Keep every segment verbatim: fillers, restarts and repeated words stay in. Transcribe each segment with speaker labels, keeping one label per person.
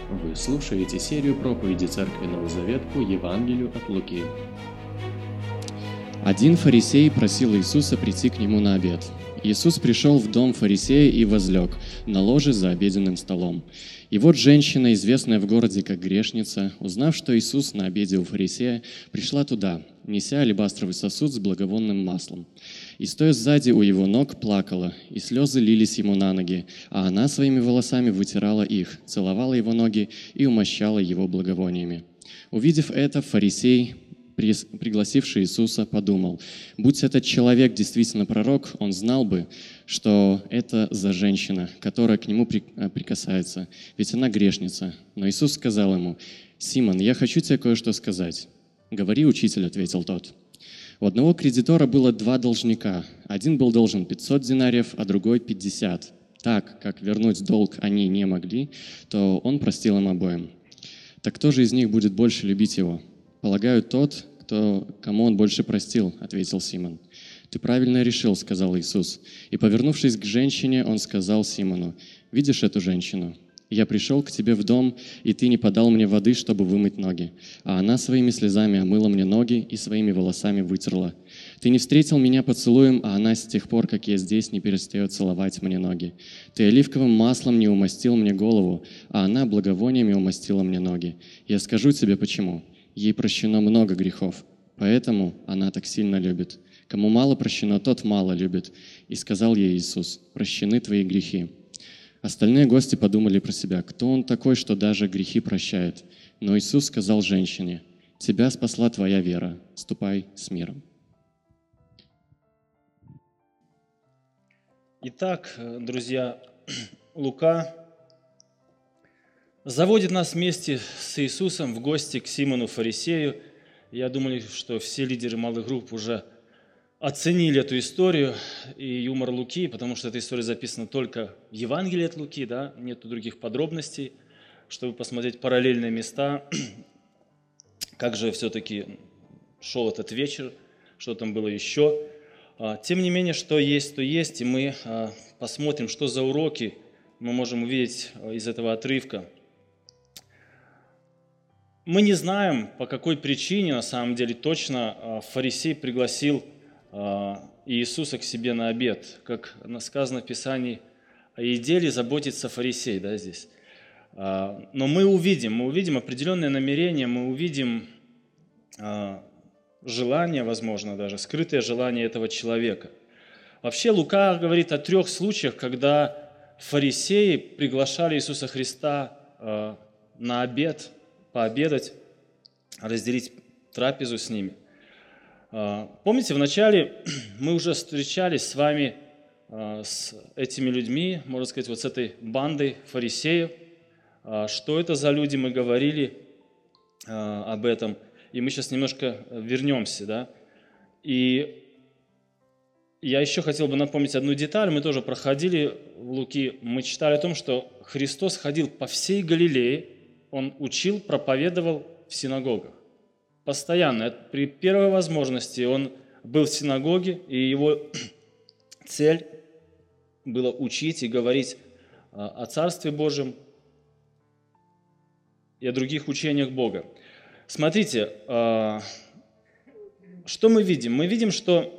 Speaker 1: Вы слушаете серию проповеди Церкви Новый Завет по Евангелию от Луки.
Speaker 2: Один фарисей просил Иисуса прийти к нему на обед. Иисус пришел в дом фарисея и возлег на ложе за обеденным столом. И вот женщина, известная в городе как грешница, узнав, что Иисус на обеде у фарисея, пришла туда, неся алебастровый сосуд с благовонным маслом. И, стоя сзади у его ног, плакала, и слезы лились ему на ноги, а она своими волосами вытирала их, целовала его ноги и умощала его благовониями. Увидев это, фарисей, пригласивший Иисуса, подумал: будь этот человек действительно пророк, он знал бы, что это за женщина, которая к нему прикасается, ведь она грешница. Но Иисус сказал ему: «Симон, я хочу тебе кое-что сказать». «Говори, учитель», — ответил тот. У одного кредитора было два должника. Один был должен пятьсот динариев, а другой пятьдесят. Так как вернуть долг они не могли, то он простил им обоим. Так кто же из них будет больше любить его? «Полагаю, тот, кто, кому он больше простил», — ответил Симон. «Ты правильно решил», — сказал Иисус. И, повернувшись к женщине, он сказал Симону: «Видишь эту женщину? Я пришел к тебе в дом, и ты не подал мне воды, чтобы вымыть ноги, а она своими слезами омыла мне ноги и своими волосами вытерла. Ты не встретил меня поцелуем, а она с тех пор, как я здесь, не перестает целовать мне ноги. Ты оливковым маслом не умастил мне голову, а она благовониями умастила мне ноги. Я скажу тебе почему. Ей прощено много грехов, поэтому она так сильно любит. Кому мало прощено, тот мало любит». И сказал ей Иисус: «Прощены твои грехи». Остальные гости подумали про себя: кто он такой, что даже грехи прощает? Но Иисус сказал женщине: «Тебя спасла твоя вера. Ступай с миром».
Speaker 3: Итак, друзья, Лука заводит нас вместе с Иисусом в гости к Симону Фарисею. Я думаю, что все лидеры малых групп уже оценили эту историю и юмор Луки, потому что эта история записана только в Евангелии от Луки, да, нету других подробностей, чтобы посмотреть параллельные места, как же все-таки шел этот вечер, что там было еще. Тем не менее, что есть, то есть, и мы посмотрим, что за уроки мы можем увидеть из этого отрывка. Мы не знаем, по какой причине, на самом деле, точно фарисей пригласил Иисуса к себе на обед. Как сказано в Писании, о еде ли заботится фарисей, да, здесь. Но мы увидим, мы увидим определенное намерение, мы увидим желание, возможно, даже скрытое желание этого человека. Вообще Лука говорит о трех случаях, когда фарисеи приглашали Иисуса Христа на обед, пообедать, разделить трапезу с ними. Помните, вначале мы уже встречались с вами с этими людьми, можно сказать, вот с этой бандой фарисеев. Что это за люди, мы говорили об этом. И мы сейчас немножко вернемся, да. И я еще хотел бы напомнить одну деталь. Мы тоже проходили в Луки, мы читали о том, что Христос ходил по всей Галилее, Он учил, проповедовал в синагогах. Постоянно, при первой возможности Он был в синагоге, и Его цель была учить и говорить о Царстве Божьем и о других учениях Бога. Смотрите, что мы видим? Мы видим, что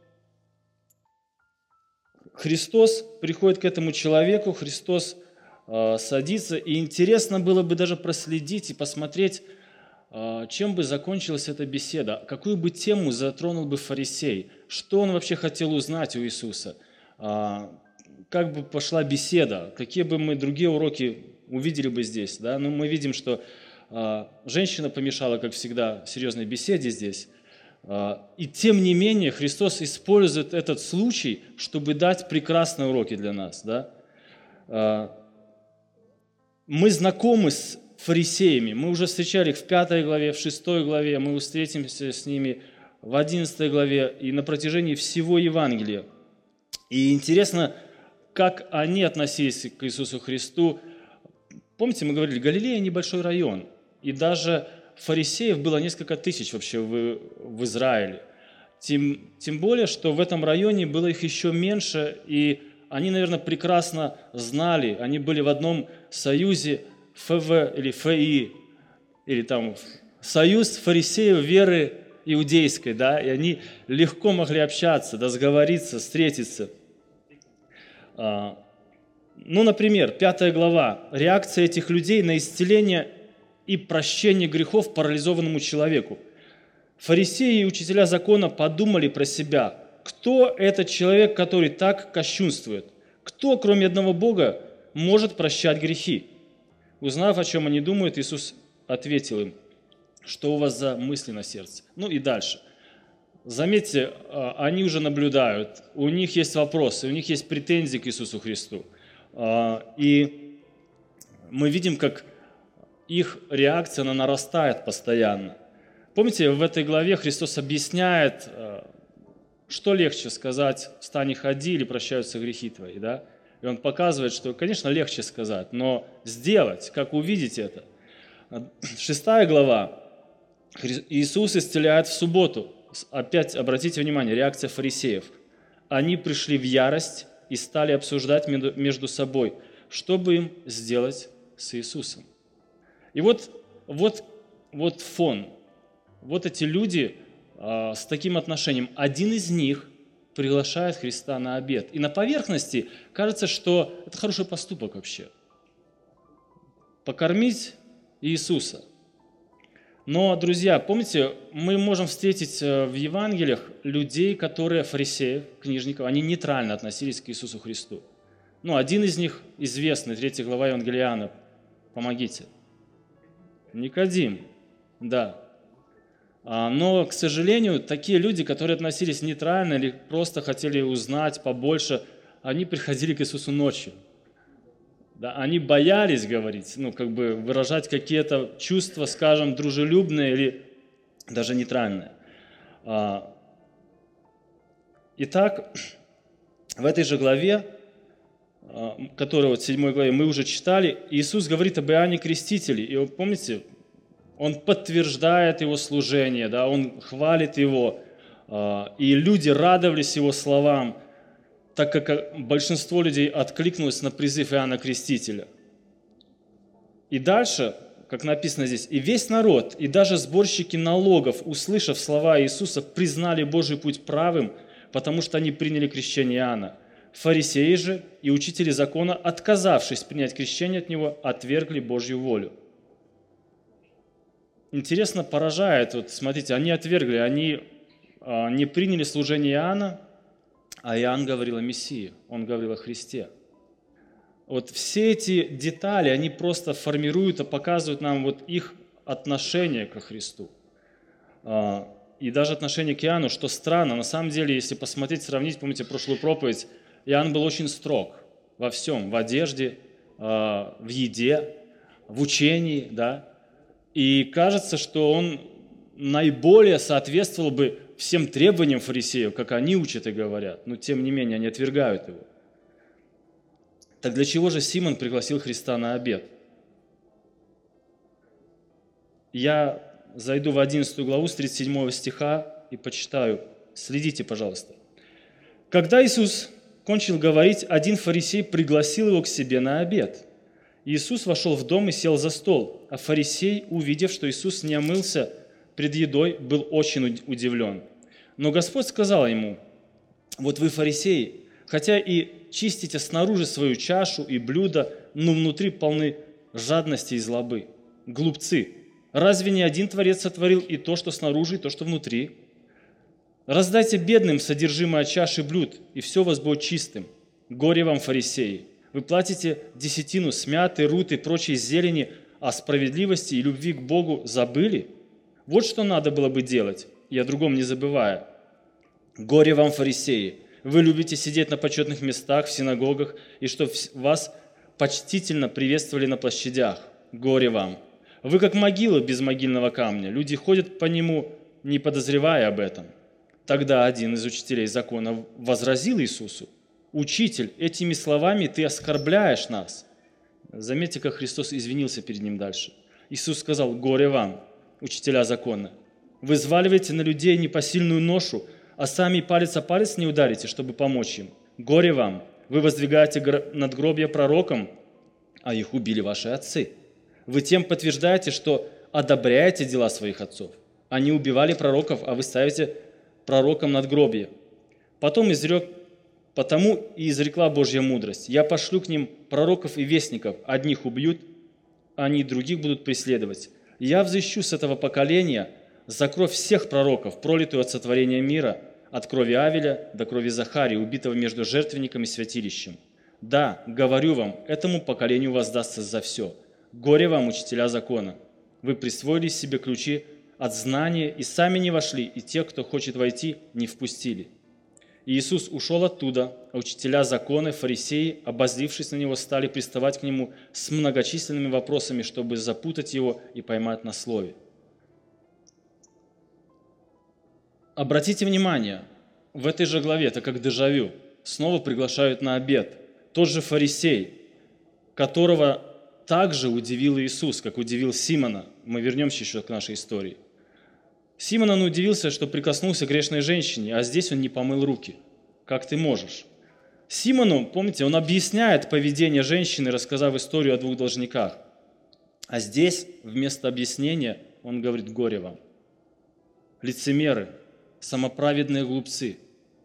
Speaker 3: Христос приходит к этому человеку, Христос садится, и интересно было бы даже проследить и посмотреть, чем бы закончилась эта беседа, какую бы тему затронул бы фарисей, что он вообще хотел узнать у Иисуса, как бы пошла беседа, какие бы мы другие уроки увидели бы здесь. Да? Ну, мы видим, что женщина помешала, как всегда, серьезной беседе здесь. И тем не менее Христос использует этот случай, чтобы дать прекрасные уроки для нас. Да? Мы знакомы с фарисеями, мы уже встречали их в пятой главе, в шестой главе, мы встретимся с ними в одиннадцатой главе и на протяжении всего Евангелия. И интересно, как они относились к Иисусу Христу. Помните, мы говорили, Галилея – небольшой район, и даже фарисеев было несколько тысяч вообще в, в Израиле. Тем, тем более, что в этом районе было их еще меньше, и они, наверное, прекрасно знали, они были в одном союзе эф вэ или эф и, или там союз фарисеев веры иудейской, да, и они легко могли общаться, да, сговориться, встретиться. Ну, например, пятая глава. Реакция этих людей на исцеление и прощение грехов парализованному человеку. Фарисеи и учителя закона подумали про себя, кто этот человек, который так кощунствует? Кто, кроме одного Бога, может прощать грехи? Узнав, о чем они думают, Иисус ответил им, что у вас за мысли на сердце. Ну и дальше. Заметьте, они уже наблюдают, у них есть вопросы, у них есть претензии к Иисусу Христу. И мы видим, как их реакция, она нарастает постоянно. Помните, в этой главе Христос объясняет, что легче сказать «встань и ходи» или «прощаются грехи твои», да? И Он показывает, что, конечно, легче сказать, но сделать, как увидеть это. Шестая глава. Иисус исцеляет в субботу. Опять обратите внимание, реакция фарисеев. Они пришли в ярость и стали обсуждать между собой, что бы им сделать с Иисусом. И вот, вот, вот фон. Вот эти люди а, с таким отношением. Один из них приглашает Христа на обед. И на поверхности кажется, что это хороший поступок вообще. Покормить Иисуса. Но, друзья, помните, мы можем встретить в Евангелиях людей, которые, фарисеев, книжников, они нейтрально относились к Иисусу Христу. Ну, один из них известный, третья глава Евангелиана. Помогите. Никодим, да. Но, к сожалению, такие люди, которые относились нейтрально или просто хотели узнать побольше, они приходили к Иисусу ночью. Да, они боялись говорить, ну, как бы выражать какие-то чувства, скажем, дружелюбные или даже нейтральные. Итак, в этой же главе, которую вот в седьмой главе мы уже читали, Иисус говорит об Иоанне Крестителе. И вы помните, Он подтверждает Его служение, да, Он хвалит Его, и люди радовались Его словам, так как большинство людей откликнулось на призыв Иоанна Крестителя. И дальше, как написано здесь, «И весь народ, и даже сборщики налогов, услышав слова Иисуса, признали Божий путь правым, потому что они приняли крещение Иоанна. Фарисеи же и учители закона, отказавшись принять крещение от Него, отвергли Божью волю». Интересно, поражает, вот смотрите, они отвергли, они а, не приняли служение Иоанна, а Иоанн говорил о Мессии, он говорил о Христе. Вот все эти детали, они просто формируют и показывают нам вот их отношение ко Христу. И даже отношение к Иоанну, что странно, на самом деле, если посмотреть, сравнить, помните прошлую проповедь, Иоанн был очень строг во всем, в одежде, в еде, в учении, да. И кажется, что он наиболее соответствовал бы всем требованиям фарисеев, как они учат и говорят, но тем не менее они отвергают его. Так для чего же Симон пригласил Христа на обед? Я зайду в одиннадцатую главу с тридцать седьмого стиха и почитаю. Следите, пожалуйста. Когда Иисус кончил говорить, один фарисей пригласил его к себе на обед. Иисус вошел в дом и сел за стол, а фарисей, увидев, что Иисус не омылся пред едой, был очень удивлен. Но Господь сказал ему: «Вот вы, фарисеи, хотя и чистите снаружи свою чашу и блюдо, но внутри полны жадности и злобы. Глупцы! Разве не один Творец сотворил и то, что снаружи, и то, что внутри? Раздайте бедным содержимое чаши блюд, и все у вас будет чистым. Горе вам, фарисеи! Вы платите десятину с мяты, рут и прочей зелени, а справедливости и любви к Богу забыли? Вот что надо было бы делать, и о другом не забывая. Горе вам, фарисеи! Вы любите сидеть на почетных местах в синагогах, и что вас почтительно приветствовали на площадях. Горе вам! Вы как могила без могильного камня. Люди ходят по нему, не подозревая об этом». Тогда один из учителей закона возразил Иисусу: «Учитель, этими словами ты оскорбляешь нас». Заметьте, как Христос извинился перед ним дальше. Иисус сказал: «Горе вам, учителя закона! Вы взваливаете на людей непосильную ношу, а сами палец о палец не ударите, чтобы помочь им. Горе вам! Вы воздвигаете надгробия пророкам, а их убили ваши отцы. Вы тем подтверждаете, что одобряете дела своих отцов. Они убивали пророков, а вы ставите пророкам надгробие. Потом изрек, потому и изрекла Божья мудрость. Я пошлю к ним пророков и вестников. Одних убьют, они других будут преследовать. Я взыщу с этого поколения за кровь всех пророков, пролитую от сотворения мира, от крови Авеля до крови Захарии, убитого между жертвенником и святилищем. Да, говорю вам, этому поколению воздастся за все. Горе вам, учителя закона! Вы присвоили себе ключи от знания и сами не вошли, и те, кто хочет войти, не впустили. И Иисус ушел оттуда, а учителя закона, фарисеи, обозлившись на него, стали приставать к нему с многочисленными вопросами, чтобы запутать его и поймать на слове. Обратите внимание, в этой же главе, это как дежавю, снова приглашают на обед. Тот же фарисей, которого также удивил Иисус, как удивил Симона. Мы вернемся еще к нашей истории. Симон, он удивился, что прикоснулся к грешной женщине, а здесь он не помыл руки. Как ты можешь? Симону, помните, он объясняет поведение женщины, рассказав историю о двух должниках. А здесь вместо объяснения он говорит: горе вам. Лицемеры, самоправедные глупцы.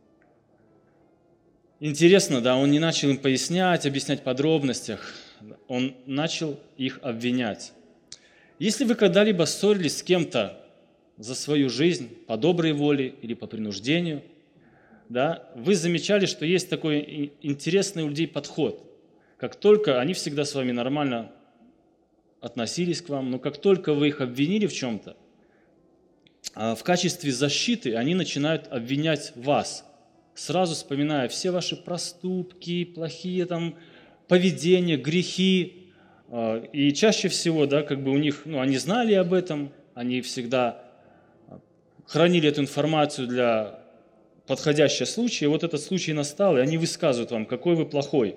Speaker 3: Интересно, да, он не начал им пояснять, объяснять в подробностях. Он начал их обвинять. Если вы когда-либо ссорились с кем-то за свою жизнь по доброй воле или по принуждению, да, вы замечали, что есть такой интересный у людей подход. Как только они всегда с вами нормально относились к вам, но как только вы их обвинили в чем-то, в качестве защиты они начинают обвинять вас, сразу вспоминая все ваши проступки, плохие там поведения, грехи. И чаще всего, да, как бы у них, ну, они знали об этом, они всегда хранили эту информацию для подходящего случая. И вот этот случай настал, и они высказывают вам, какой вы плохой.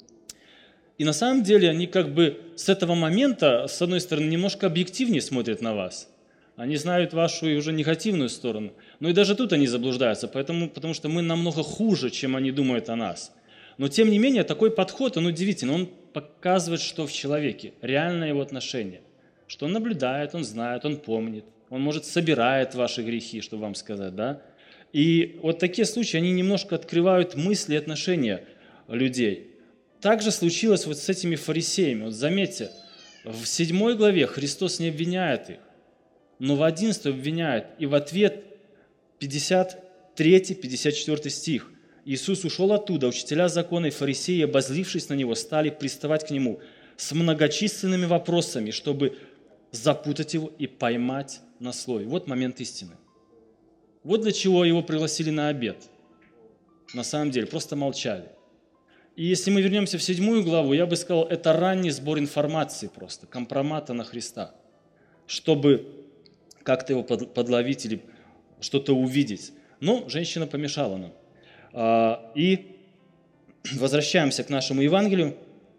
Speaker 3: И на самом деле они как бы с этого момента, с одной стороны, немножко объективнее смотрят на вас. Они знают вашу и уже негативную сторону. Но и даже тут они заблуждаются, поэтому, потому что мы намного хуже, чем они думают о нас. Но тем не менее, такой подход, он удивительный. Он показывает, что в человеке реальное его отношение. Что он наблюдает, он знает, он помнит. Он, может, собирает ваши грехи, чтобы вам сказать, да? И вот такие случаи, они немножко открывают мысли и отношения людей. Так же случилось вот с этими фарисеями. Вот заметьте, в седьмой главе Христос не обвиняет их, но в одиннадцатой обвиняет. И в ответ пятьдесят третий — пятьдесят четвёртый стих. Иисус ушел оттуда, учителя закона и фарисеи, обозлившись на него, стали приставать к нему с многочисленными вопросами, чтобы запутать его и поймать на слове. Вот момент истины. Вот для чего его пригласили на обед. На самом деле, просто молчали. И если мы вернемся в седьмую главу, я бы сказал, это ранний сбор информации просто, компромата на Христа, чтобы как-то его подловить или что-то увидеть. Но женщина помешала нам. И возвращаемся к нашему Евангелию.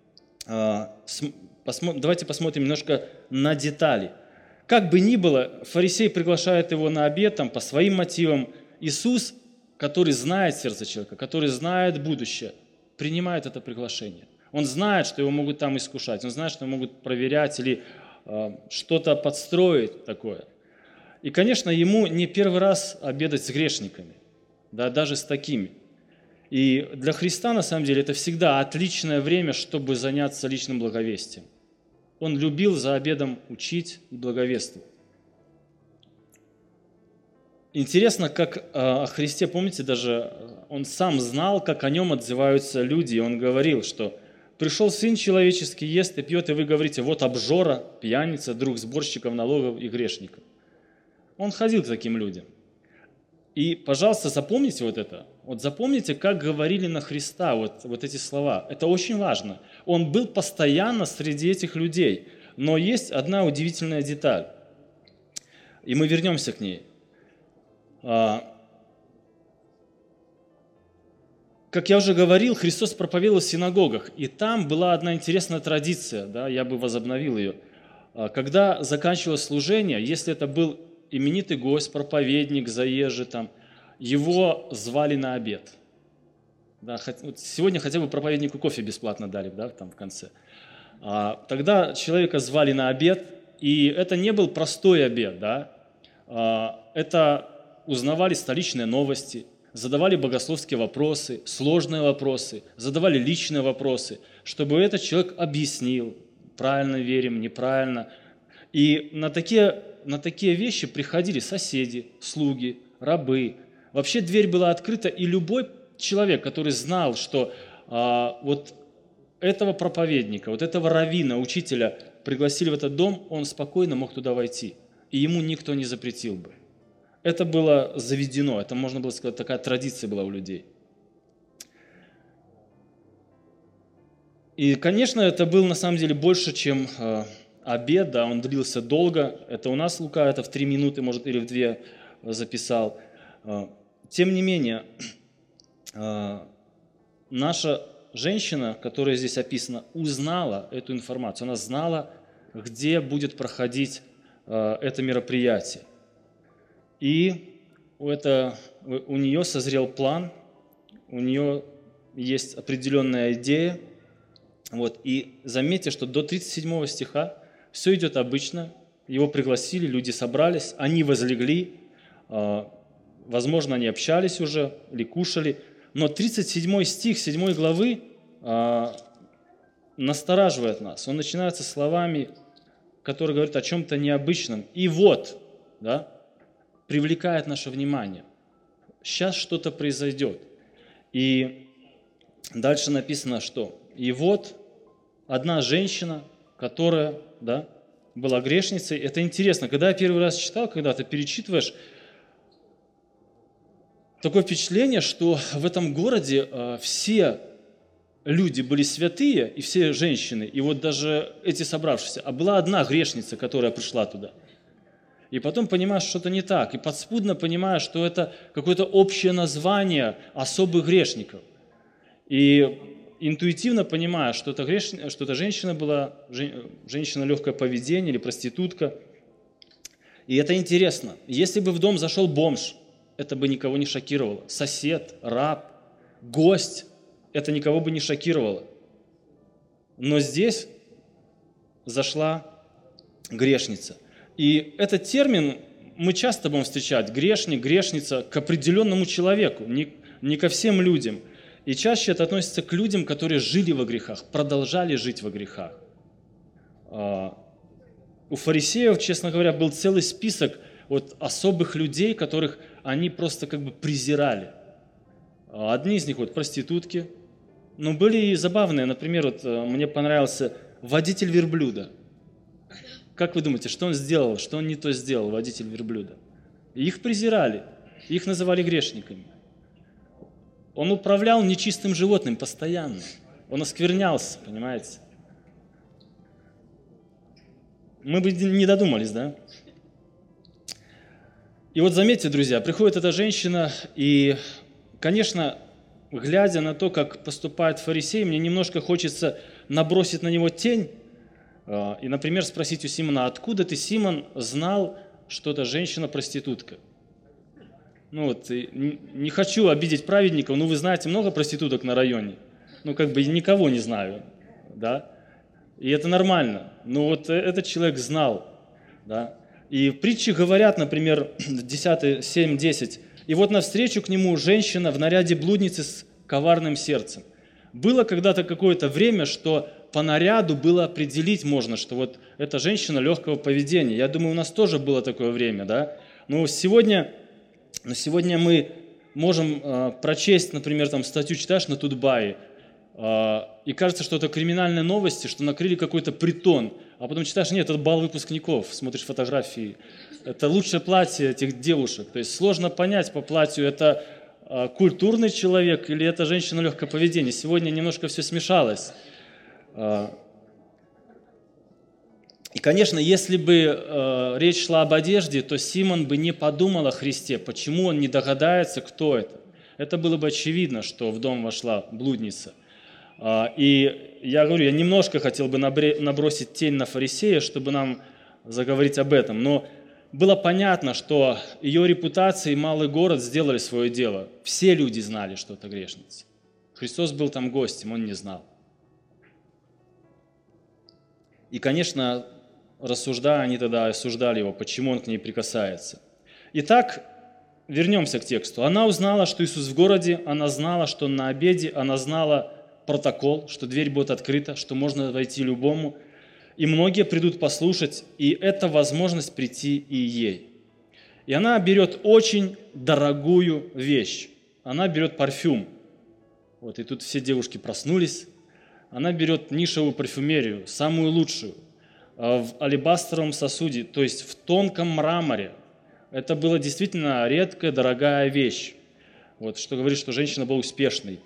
Speaker 3: Давайте посмотрим немножко на детали. Как бы ни было, фарисей приглашает его на обед там, по своим мотивам. Иисус, который знает сердце человека, который знает будущее, принимает это приглашение. Он знает, что его могут там искушать, он знает, что его могут проверять или э, что-то подстроить такое. И, конечно, ему не первый раз обедать с грешниками, да, даже с такими. И для Христа, на самом деле, это всегда отличное время, чтобы заняться личным благовестием. Он любил за обедом учить и благовествовать. Интересно, как о Христе, помните, даже он сам знал, как о нем отзываются люди. И он говорил, что пришел Сын Человеческий, ест и пьет, и вы говорите, вот обжора, пьяница, друг сборщиков налогов и грешников. Он ходил к таким людям. И, пожалуйста, запомните вот это. Вот запомните, как говорили на Христа вот, вот эти слова. Это очень важно. Он был постоянно среди этих людей. Но есть одна удивительная деталь. И мы вернемся к ней. Как я уже говорил, Христос проповедовал в синагогах. И там была одна интересная традиция, да, я бы возобновил ее. Когда заканчивалось служение, если это был именитый гость, проповедник, заезжий там, его звали на обед. Да, вот сегодня хотя бы проповеднику кофе бесплатно дали, да, там в конце. А, тогда человека звали на обед, и это не был простой обед, да? а, это узнавали столичные новости, задавали богословские вопросы, сложные вопросы, задавали личные вопросы, чтобы этот человек объяснил, правильно верим, неправильно. И на такие, на такие вещи приходили соседи, слуги, рабы. Вообще дверь была открыта, и любой человек, который знал, что а, вот этого проповедника, вот этого раввина, учителя пригласили в этот дом, он спокойно мог туда войти, и ему никто не запретил бы. Это было заведено, это, можно было сказать, такая традиция была у людей. И, конечно, это был на самом деле больше, чем э, обед, да, он длился долго. Это у нас Лука это в три минуты, может, или в две записал. Э, тем не менее, э, наша женщина, которая здесь описана, узнала эту информацию. Она знала, где будет проходить э, это мероприятие. И у, это, у нее созрел план, у нее есть определенная идея. Вот. И заметьте, что до тридцать седьмого стиха все идет обычно. Его пригласили, люди собрались, они возлегли, э, возможно, они общались уже или кушали. Но тридцать седьмой стих седьмой главы э, настораживает нас. Он начинается словами, которые говорят о чем-то необычном. И вот, да, привлекает наше внимание. Сейчас что-то произойдет. И дальше написано, что и вот одна женщина, которая, да, была грешницей. Это интересно. Когда я первый раз читал, когда ты перечитываешь, такое впечатление, что в этом городе э, все люди были святые, и все женщины, и вот даже эти собравшиеся, а была одна грешница, которая пришла туда. И потом понимаешь, что что-то не так, и подспудно понимаешь, что это какое-то общее название особых грешников. И интуитивно понимаешь, что эта, греш... что эта женщина была, женщина легкое поведение или проститутка. И это интересно. Если бы в дом зашел бомж, это бы никого не шокировало. Сосед, раб, гость, это никого бы не шокировало. Но здесь зашла грешница. И этот термин мы часто будем встречать. Грешник, грешница к определенному человеку, не, не ко всем людям. И чаще это относится к людям, которые жили во грехах, продолжали жить во грехах. У фарисеев, честно говоря, был целый список вот особых людей, которых они просто как бы презирали. Одни из них вот проститутки, но были и забавные. Например, вот мне понравился водитель верблюда. Как вы думаете, что он сделал, что он не то сделал, водитель верблюда? Их презирали, их называли грешниками. Он управлял нечистым животным постоянно. Он осквернялся, понимаете? Мы бы не додумались, да? И вот заметьте, друзья, приходит эта женщина, и, конечно, глядя на то, как поступает фарисей, мне немножко хочется набросить на него тень и, например, спросить у Симона: откуда ты, Симон, знал, что эта женщина проститутка? Ну вот, не хочу обидеть праведников, но вы знаете много проституток на районе. Ну, как бы никого не знаю, да? И это нормально. Но вот этот человек знал, да? И в притче говорят, например, десять, семь десять, и вот навстречу к нему женщина в наряде блудницы с коварным сердцем. Было когда-то какое-то время, что по наряду было определить можно, что вот эта женщина легкого поведения. Я думаю, у нас тоже было такое время, да? Но сегодня, но сегодня мы можем э, прочесть, например, там статью читаешь на Тутбае, э, и кажется, что это криминальные новости, что накрыли какой-то притон, а потом читаешь: нет, это бал выпускников, смотришь фотографии, это лучшее платье этих девушек. То есть сложно понять по платью, это э, культурный человек или это женщина легкого поведения. Сегодня немножко все смешалось. И, конечно, если бы э, речь шла об одежде, то Симон бы не подумал о Христе, почему он не догадается, кто это. Это было бы очевидно, что в дом вошла блудница. Э, и я говорю, я немножко хотел бы набре- набросить тень на фарисея, чтобы нам заговорить об этом. Но было понятно, что ее репутация и малый город сделали свое дело. Все люди знали, что это грешница. Христос был там гостем, он не знал. И, конечно, рассуждая, они тогда осуждали его, почему он к ней прикасается. Итак, вернемся к тексту. Она узнала, что Иисус в городе, она знала, что он на обеде, она знала протокол, что дверь будет открыта, что можно войти любому. И многие придут послушать, и это возможность прийти и ей. И она берет очень дорогую вещь. Она берет парфюм. Вот, и тут все девушки проснулись. Она берет нишевую парфюмерию, самую лучшую, в алебастровом сосуде, то есть в тонком мраморе. Это была действительно редкая, дорогая вещь. Вот, что говорит, что женщина была успешной.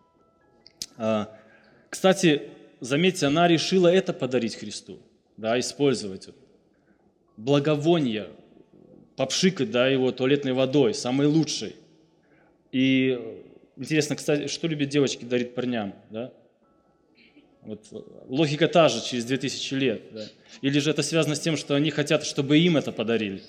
Speaker 3: Кстати, заметьте, она решила это подарить Христу, да, использовать. Благовоние, попшикать, да, его туалетной водой, самой лучшей. И интересно, кстати, что любят девочки дарить парням, да? Вот, логика та же через две тысячи лет. Да? Или же это связано с тем, что они хотят, чтобы им это подарили.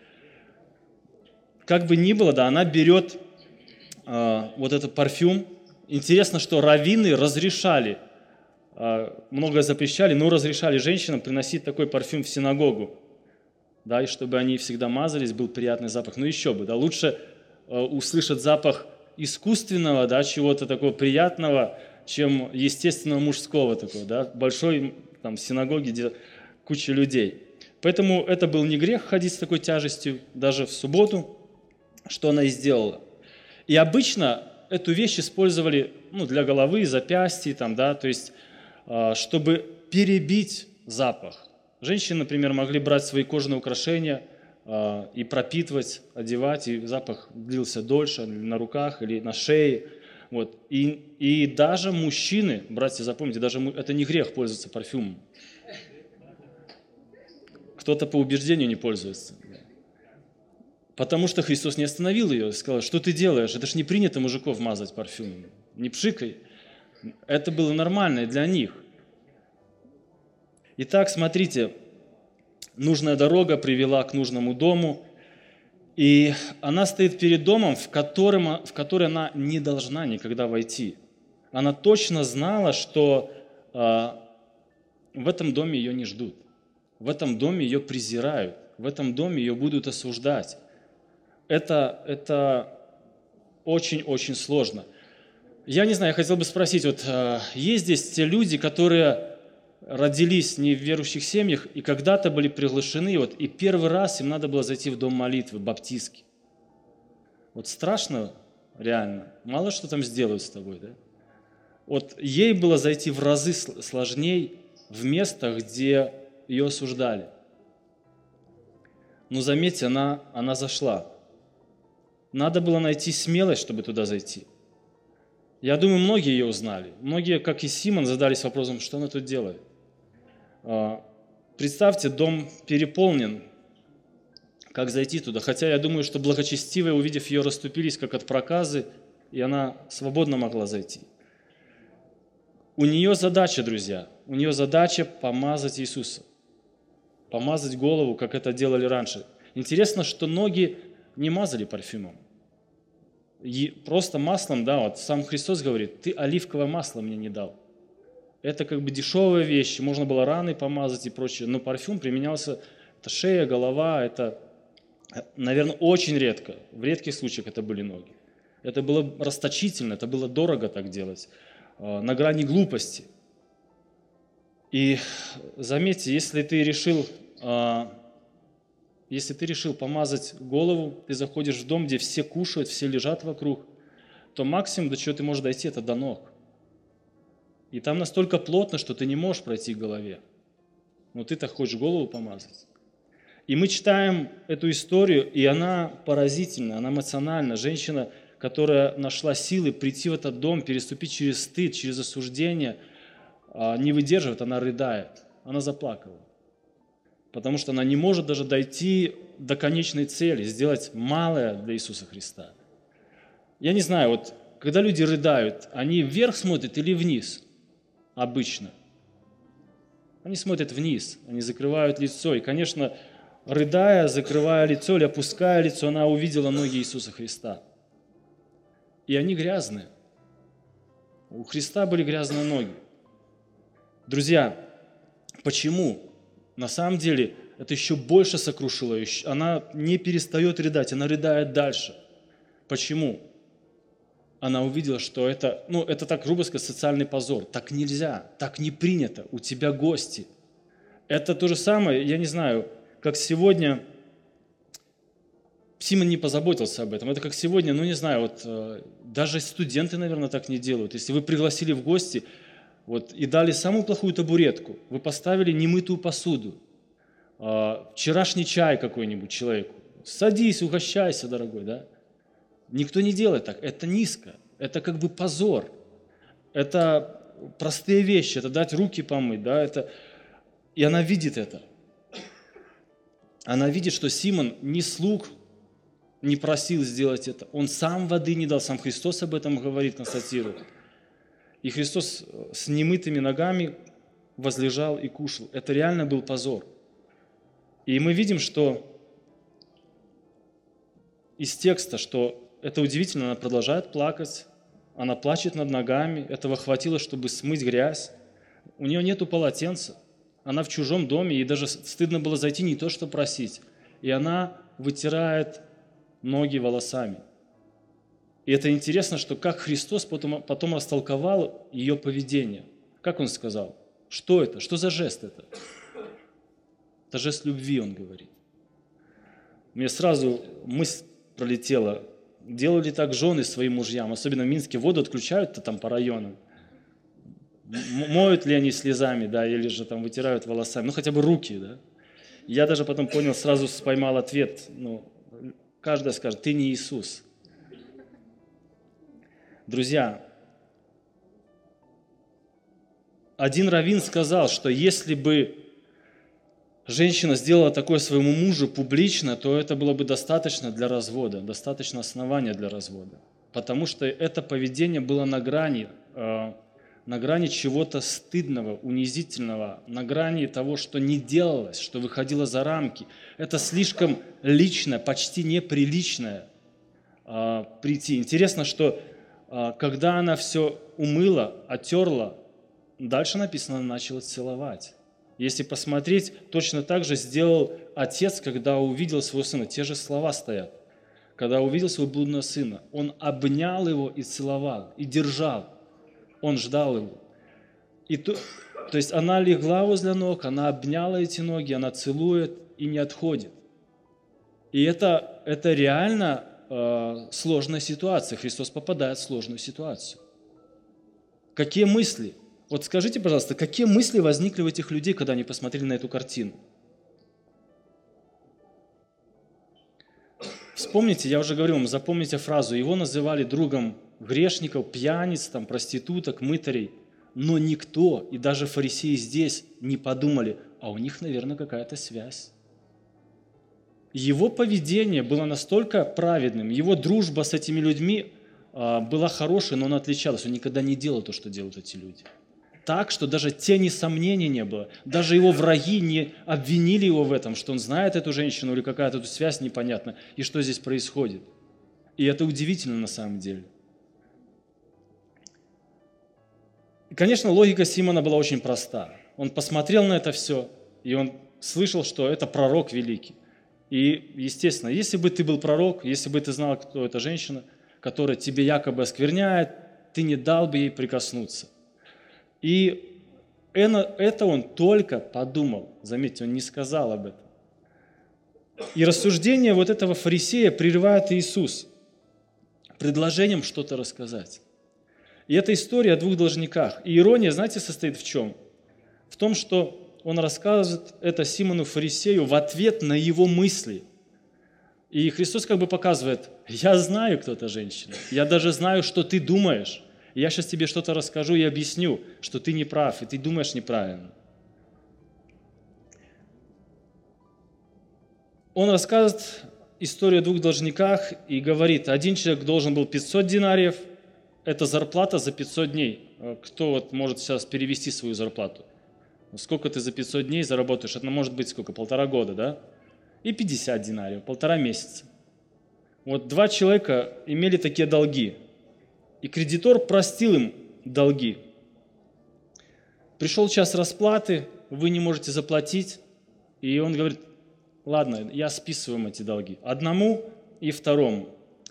Speaker 3: Как бы ни было, да, она берет э, вот этот парфюм. Интересно, что раввины разрешали, э, многое запрещали, но разрешали женщинам приносить такой парфюм в синагогу. Да, и чтобы они всегда мазались, был приятный запах. Ну еще бы, да, лучше э, услышать запах искусственного, да, чего-то такого приятного, чем естественного мужского такого, да, большой там, синагоги, где куча людей. Поэтому это был не грех ходить с такой тяжестью даже в субботу, что она и сделала. И обычно эту вещь использовали ну, для головы, запястья, там, да, то есть, чтобы перебить запах. Женщины, например, могли брать свои кожаные украшения и пропитывать, одевать, и запах длился дольше на руках или на шее. Вот. И, и даже мужчины, братья, запомните, даже это не грех пользоваться парфюмом. Кто-то по убеждению не пользуется. Потому что Христос не остановил ее и сказал, что ты делаешь? Это ж не принято мужиков мазать парфюмом. Не пшикай. Это было нормально и для них. Итак, смотрите, нужная дорога привела к нужному дому, и она стоит перед домом, в, котором, в который она не должна никогда войти. Она точно знала, что э, в этом доме ее не ждут, в этом доме ее презирают, в этом доме ее будут осуждать. Это, это очень-очень сложно. Я не знаю, я хотел бы спросить, вот э, есть здесь те люди, которые родились не в верующих семьях и когда-то были приглашены, вот, и первый раз им надо было зайти в дом молитвы, баптистский. Вот страшно, реально. Мало что там сделают с тобой, да? Вот ей было зайти в разы сложнее в место, где ее осуждали. Но заметьте, она, она зашла. Надо было найти смелость, чтобы туда зайти. Я думаю, многие ее узнали. Многие, как и Симон, задались вопросом, что она тут делает. Представьте, дом переполнен. Как зайти туда? Хотя я думаю, что благочестивые, увидев ее, расступились, как от проказы, и она свободно могла зайти. У нее задача, друзья, у нее задача помазать Иисуса. Помазать голову, как это делали раньше. Интересно, что ноги не мазали парфюмом. И просто маслом, да, вот сам Христос говорит, ты оливковое масло мне не дал. Это как бы дешевая вещь, можно было раны помазать и прочее, но парфюм применялся, это шея, голова, это, наверное, очень редко, в редких случаях это были ноги. Это было расточительно, это было дорого так делать, на грани глупости. И заметьте, если ты решил, если ты решил помазать голову, ты заходишь в дом, где все кушают, все лежат вокруг, то максимум, до чего ты можешь дойти, это до ног. И там настолько плотно, что ты не можешь пройти к голове. Но ты-то хочешь голову помазать. И мы читаем эту историю, и она поразительна, она эмоциональна. Женщина, которая нашла силы прийти в этот дом, переступить через стыд, через осуждение, не выдерживает, она рыдает, она заплакала. Потому что она не может даже дойти до конечной цели, сделать малое для Иисуса Христа. Я не знаю, вот когда люди рыдают, они вверх смотрят или вниз? Обычно. Они смотрят вниз, они закрывают лицо. И, конечно, рыдая, закрывая лицо или опуская лицо, она увидела ноги Иисуса Христа. И они грязные. У Христа были грязные ноги. Друзья, Почему? На самом деле это еще больше сокрушило ее. Она не перестает рыдать, она рыдает дальше. Почему? Она увидела, что это, ну, это так грубо сказать, социальный позор. Так нельзя, так не принято, у тебя гости. Это то же самое, я не знаю, как сегодня, Симон не позаботился об этом, это как сегодня, ну не знаю, вот даже студенты, наверное, так не делают. Если вы пригласили в гости вот, и дали самую плохую табуретку, вы поставили немытую посуду, вчерашний чай какой-нибудь человеку, садись, угощайся, дорогой, да? Никто не делает так, это низко, это как бы позор, это простые вещи, это дать руки помыть, да, это... И она видит это. Она видит, что Симон ни слуг не просил сделать это, он сам воды не дал, сам Христос об этом говорит, констатирует. И Христос с немытыми ногами возлежал и кушал. Это реально был позор. И мы видим, что из текста, что это удивительно, она продолжает плакать, она плачет над ногами, этого хватило, чтобы смыть грязь. У нее нету полотенца, она в чужом доме, ей даже стыдно было зайти, не то что просить. И она вытирает ноги волосами. И это интересно, что как Христос потом, потом растолковал ее поведение. Как Он сказал? Что это? Что за жест это? Это жест любви, Он говорит. Мне сразу мысль пролетела. Делали так жены своим мужьям, особенно в Минске воду отключают-то там по районам. Моют ли они слезами, да, или же там вытирают волосами, ну хотя бы руки, да. Я даже потом понял, сразу поймал ответ, ну, каждая скажет, ты не Иисус. Друзья, один раввин сказал, что если бы женщина сделала такое своему мужу публично, то это было бы достаточно для развода, достаточно основания для развода. Потому что это поведение было на грани, э, на грани чего-то стыдного, унизительного, на грани того, что не делалось, что выходило за рамки. Это слишком личное, почти неприличное э, прийти. Интересно, что э, когда она все умыла, оттерла, дальше написано, она начала целовать. Если посмотреть, точно так же сделал отец, когда увидел своего сына. Те же слова стоят. Когда увидел своего блудного сына, он обнял его и целовал, и держал. Он ждал его. И то, то есть она легла возле ног, она обняла эти ноги, она целует и не отходит. И это, это реально э, сложная ситуация. Христос попадает в сложную ситуацию. Какие мысли? Вот скажите, пожалуйста, какие мысли возникли у этих людей, когда они посмотрели на эту картину? Вспомните, я уже говорил вам, запомните фразу, его называли другом грешников, пьяниц, там, проституток, мытарей, но никто, и даже фарисеи здесь не подумали, а у них, наверное, какая-то связь. Его поведение было настолько праведным, его дружба с этими людьми а, была хорошей, но он отличался, он никогда не делал то, что делают эти люди. Так, что даже тени сомнений не было. Даже его враги не обвинили его в этом, что он знает эту женщину или какая-то тут связь непонятна, и что здесь происходит. И это удивительно на самом деле. И, конечно, логика Симона была очень проста. Он посмотрел на это все, и он слышал, что это пророк великий. И, естественно, если бы ты был пророк, если бы ты знал, кто эта женщина, которая тебе якобы оскверняет, ты не дал бы ей прикоснуться. И это он только подумал. Заметьте, он не сказал об этом. И рассуждение вот этого фарисея прерывает Иисус предложением что-то рассказать. И это история о двух должниках. И ирония, знаете, состоит в чем? В том, что он рассказывает это Симону фарисею в ответ на его мысли. И Христос как бы показывает, я знаю, кто эта женщина. Я даже знаю, что ты думаешь. Я сейчас тебе что-то расскажу и объясню, что ты не прав, и ты думаешь неправильно. Он рассказывает историю о двух должниках и говорит, один человек должен был пятьсот динариев, это зарплата за пятьсот дней. Кто вот может сейчас перевести свою зарплату? Сколько ты за пятьсот дней заработаешь? Это может быть сколько? Полтора года, да? И пятьдесят динариев, полтора месяца. Вот два человека имели такие долги. И кредитор простил им долги. Пришел час расплаты, вы не можете заплатить, и он говорит, ладно, я списываю вам эти долги. Одному и второму.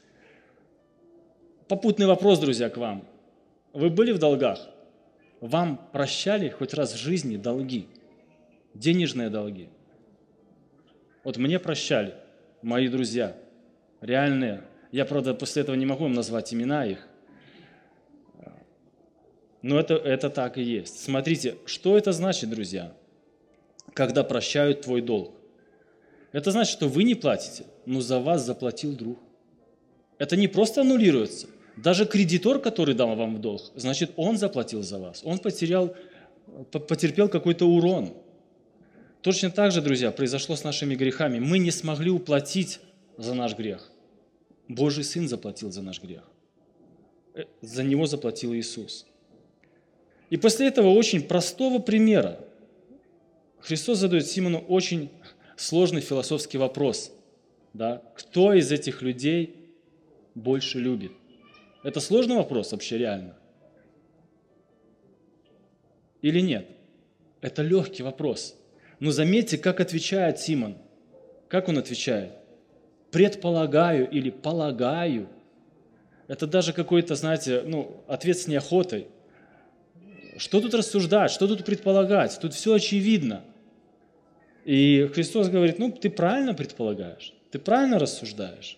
Speaker 3: Попутный вопрос, друзья, к вам. Вы были в долгах? Вам прощали хоть раз в жизни долги? Денежные долги? Вот мне прощали мои друзья, реальные. Я, правда, после этого не могу вам назвать имена их. Но это, это так и есть. Смотрите, что это значит, друзья, когда прощают твой долг? Это значит, что вы не платите, но за вас заплатил друг. Это не просто аннулируется. Даже кредитор, который дал вам в долг, значит, он заплатил за вас. Он потерял, потерпел какой-то урон. Точно так же, друзья, произошло с нашими грехами. Мы не смогли уплатить за наш грех. Божий Сын заплатил за наш грех. За него заплатил Иисус. И после этого очень простого примера Христос задает Симону очень сложный философский вопрос. Да? Кто из этих людей больше любит? Это сложный вопрос вообще реально? Или нет? Это легкий вопрос. Но заметьте, как отвечает Симон. Как он отвечает? Предполагаю или полагаю. Это даже какой-то, знаете, ну, ответ с неохотой. Что тут рассуждать, что тут предполагать? Тут все очевидно. И Христос говорит, ну, ты правильно предполагаешь, ты правильно рассуждаешь.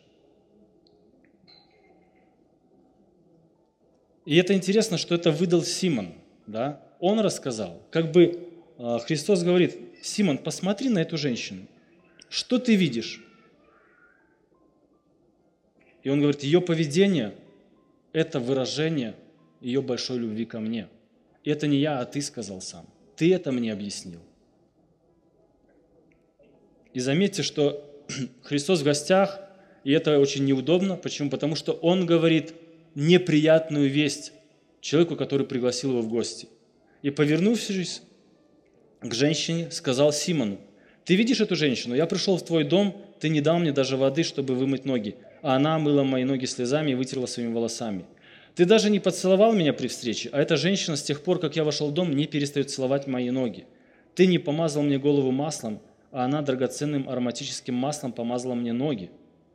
Speaker 3: И это интересно, что это выдал Симон, да? Он рассказал. Как бы Христос говорит, Симон, посмотри на эту женщину. Что ты видишь? И он говорит, ее поведение – это выражение ее большой любви ко мне. И это не я, а ты сказал сам. Ты это мне объяснил. И заметьте, что Христос в гостях, и это очень неудобно. Почему? Потому что Он говорит неприятную весть человеку, который пригласил его в гости. И, повернувшись к женщине, сказал Симону, «Ты видишь эту женщину? Я пришел в твой дом, ты не дал мне даже воды, чтобы вымыть ноги, а она омыла мои ноги слезами и вытерла своими волосами. Ты даже не поцеловал меня при встрече, а эта женщина с тех пор, как я вошел в дом, не перестает целовать мои ноги. Ты не помазал мне голову маслом, а она драгоценным ароматическим маслом помазала мне ноги».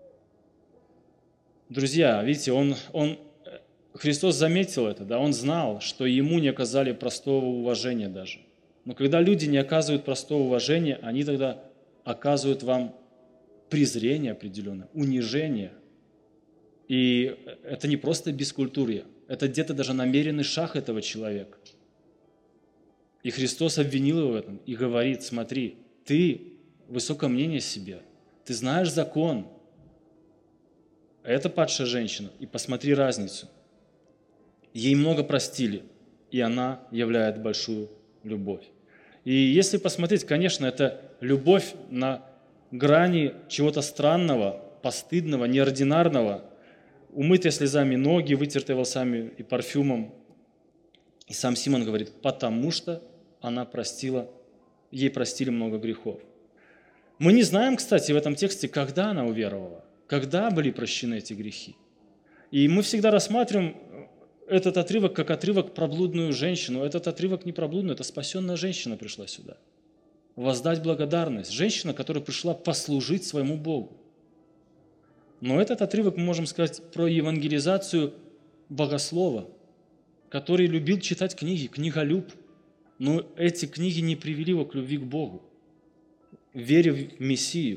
Speaker 3: Друзья, видите, он, он, Христос заметил это, да, Он знал, что ему не оказали простого уважения даже. Но когда люди не оказывают простого уважения, они тогда оказывают вам презрение определенное, унижение. И это не просто бескультурье, это где-то даже намеренный шаг этого человека. И Христос обвинил его в этом и говорит, смотри, ты высокое мнение о себе, ты знаешь закон. Это падшая женщина, и посмотри разницу. Ей много простили, и она являет большую любовь. И если посмотреть, конечно, это любовь на грани чего-то странного, постыдного, неординарного, умытые слезами ноги, вытертые волосами и парфюмом. И сам Симон говорит, потому что она простила, ей простили много грехов. Мы не знаем, кстати, в этом тексте, когда она уверовала, когда были прощены эти грехи. И мы всегда рассматриваем этот отрывок как отрывок про блудную женщину. Этот отрывок не про блудную, это спасенная женщина пришла сюда. Воздать благодарность. Женщина, которая пришла послужить своему Богу. Но этот отрывок мы можем сказать про евангелизацию богослова, который любил читать книги, книголюб. Но эти книги не привели его к любви к Богу, вере в Мессию.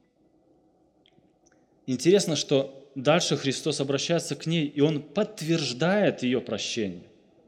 Speaker 3: Интересно, что дальше Христос обращается к ней, и Он подтверждает ее прощение.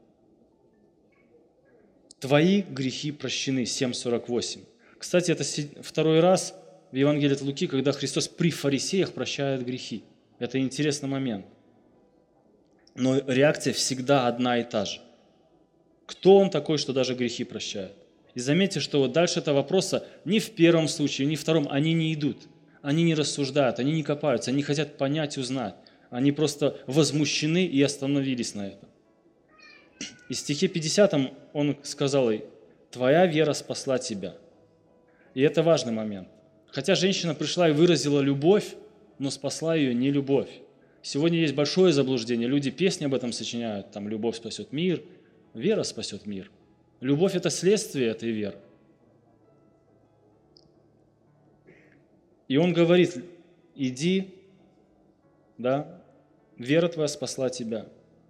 Speaker 3: Твои грехи прощены, семь сорок восемь. Кстати, это второй раз в Евангелии от Луки, когда Христос при фарисеях прощает грехи. Это интересный момент. Но реакция всегда одна и та же. Кто Он такой, что даже грехи прощает? И заметьте, что вот дальше этого вопроса ни в первом случае, ни в втором они не идут. Они не рассуждают, они не копаются, они хотят понять, узнать. Они просто возмущены и остановились на этом. И в стихе пятидесятом он сказал ей, «Твоя вера спасла тебя». И это важный момент. Хотя женщина пришла и выразила любовь, но спасла ее не любовь. Сегодня есть большое заблуждение. Люди песни об этом сочиняют. Там «Любовь спасет мир», «Вера спасет мир». Любовь – это следствие этой веры. И он говорит: иди, да, вера твоя спасла тебя.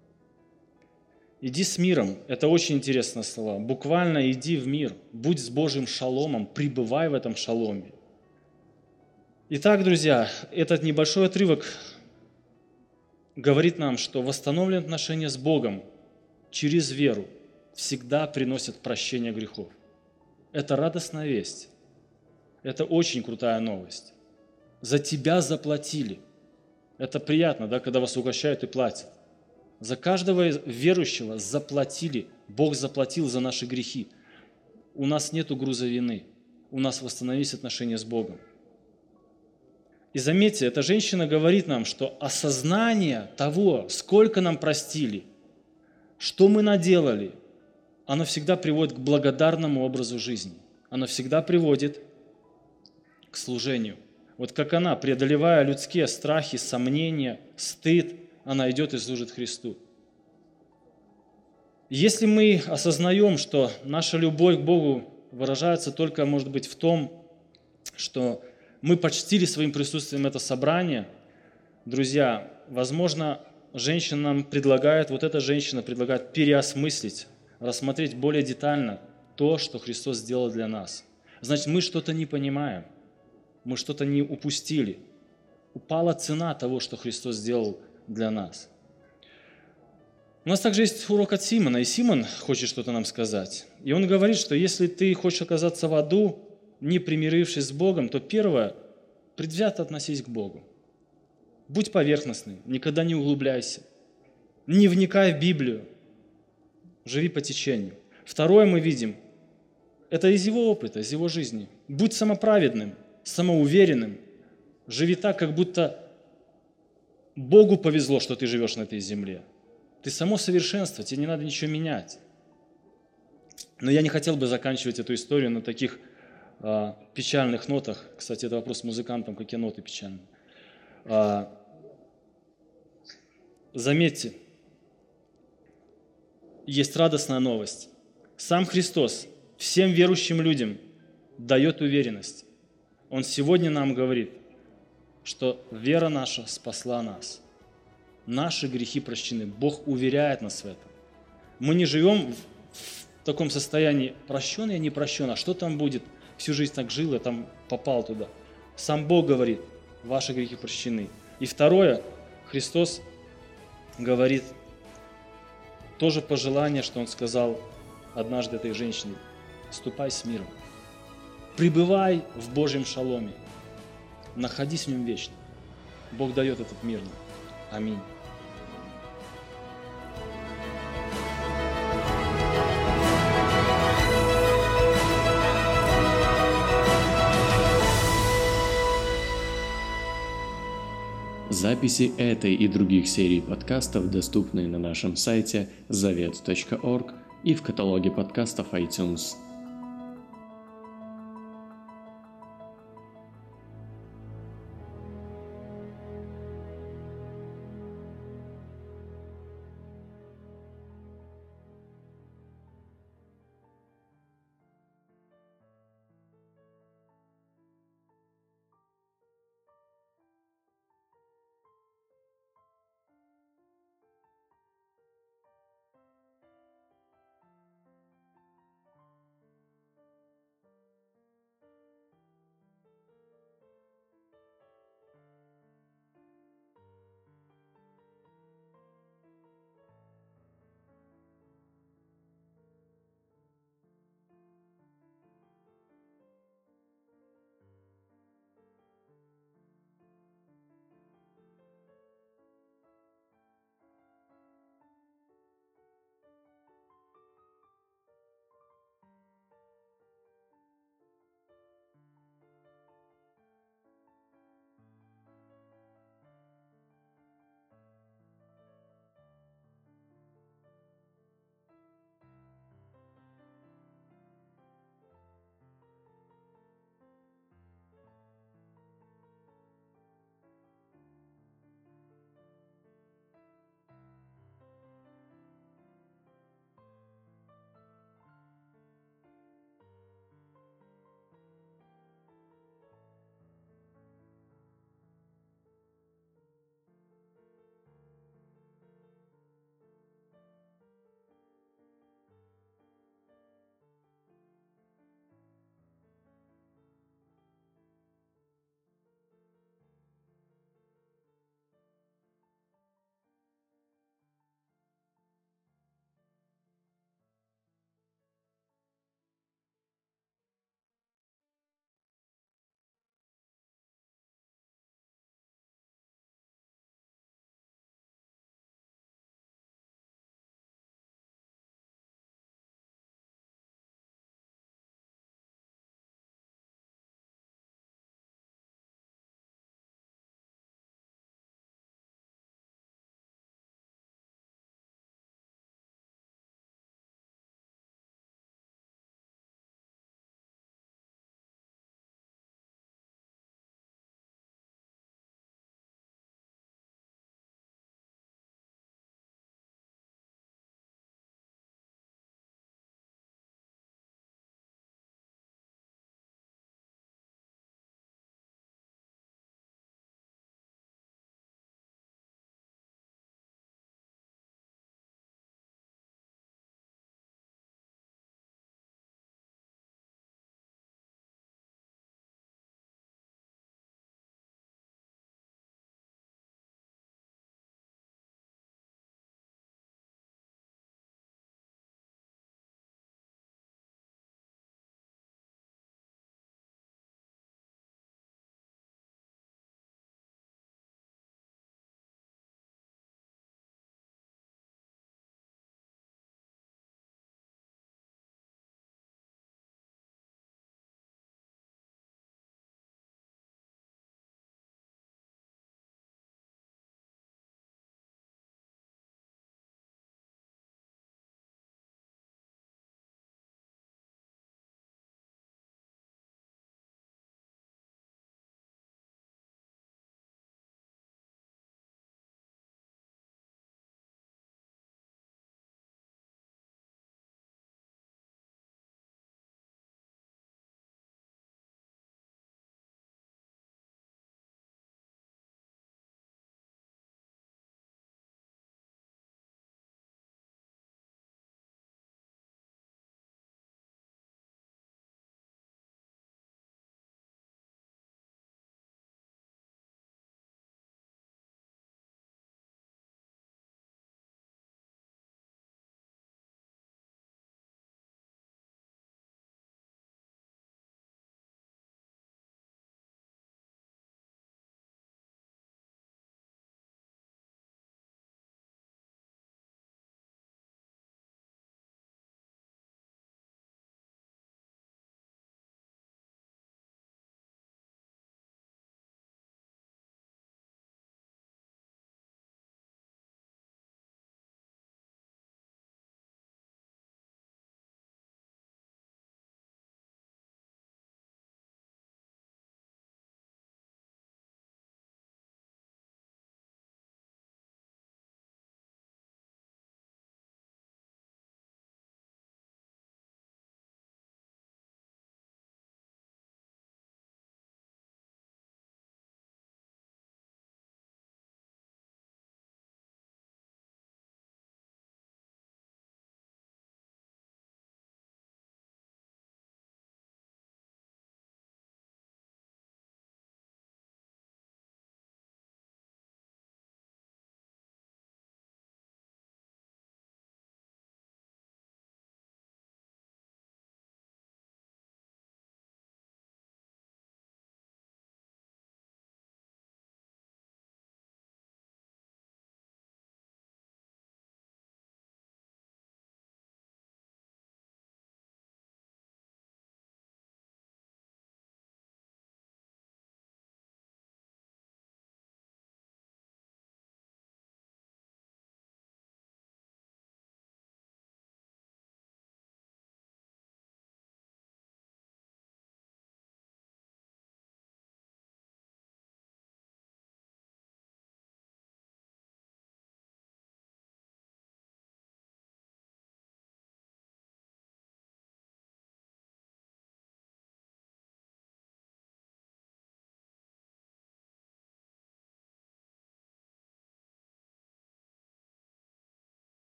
Speaker 3: Иди с миром. Это очень интересные слова. Буквально иди в мир, будь с Божьим шаломом, пребывай в этом шаломе. Итак, друзья, этот небольшой отрывок говорит нам, что восстановленные отношения с Богом через веру всегда приносят прощение грехов. Это радостная весть. Это очень крутая новость. За тебя заплатили. Это приятно, да, когда вас угощают и платят. За каждого верующего заплатили. Бог заплатил за наши грехи. У нас нет груза вины. У нас восстановились отношения с Богом. И заметьте, эта женщина говорит нам, что осознание того, сколько нам простили, что мы наделали, оно всегда приводит к благодарному образу жизни. Оно всегда приводит к служению. Вот как она, преодолевая людские страхи, сомнения, стыд, она идет и служит Христу. Если мы осознаем, что наша любовь к Богу выражается только, может быть, в том, что мы почтили своим присутствием это собрание, друзья, возможно, женщина нам предлагает, вот эта женщина предлагает переосмыслить, рассмотреть более детально то, что Христос сделал для нас. Значит, мы что-то не понимаем, мы что-то не упустили. Упала цена того, что Христос сделал для нас. У нас также есть урок от Симона, и Симон хочет что-то нам сказать. И он говорит, что если ты хочешь оказаться в аду, не примирившись с Богом, то первое, предвзято относись к Богу. Будь поверхностным, никогда не углубляйся. Не вникай в Библию, живи по течению. Второе мы видим, это из его опыта, из его жизни. Будь самоправедным, самоуверенным, живи так, как будто Богу повезло, что ты живешь на этой земле. Ты само совершенство, тебе не надо ничего менять. Но я не хотел бы заканчивать эту историю на таких а, печальных нотах. Кстати, это вопрос музыкантам, какие ноты печальные. А, заметьте, есть радостная новость. Сам Христос всем верующим людям дает уверенность. Он сегодня нам говорит, что вера наша спасла нас. Наши грехи прощены. Бог уверяет нас в этом. Мы не живем в таком состоянии прощен я, не прощен, а что там будет? Всю жизнь так жил, я там попал туда. Сам Бог говорит, ваши грехи прощены. И второе, Христос говорит тоже пожелание, что Он сказал однажды этой женщине: ступай с миром, пребывай в Божьем шаломе, находись в нем вечно. Бог дает этот мир нам. Аминь.
Speaker 1: Записи этой и других серий подкастов доступны на нашем сайте завет точка орг и в каталоге подкастов iTunes.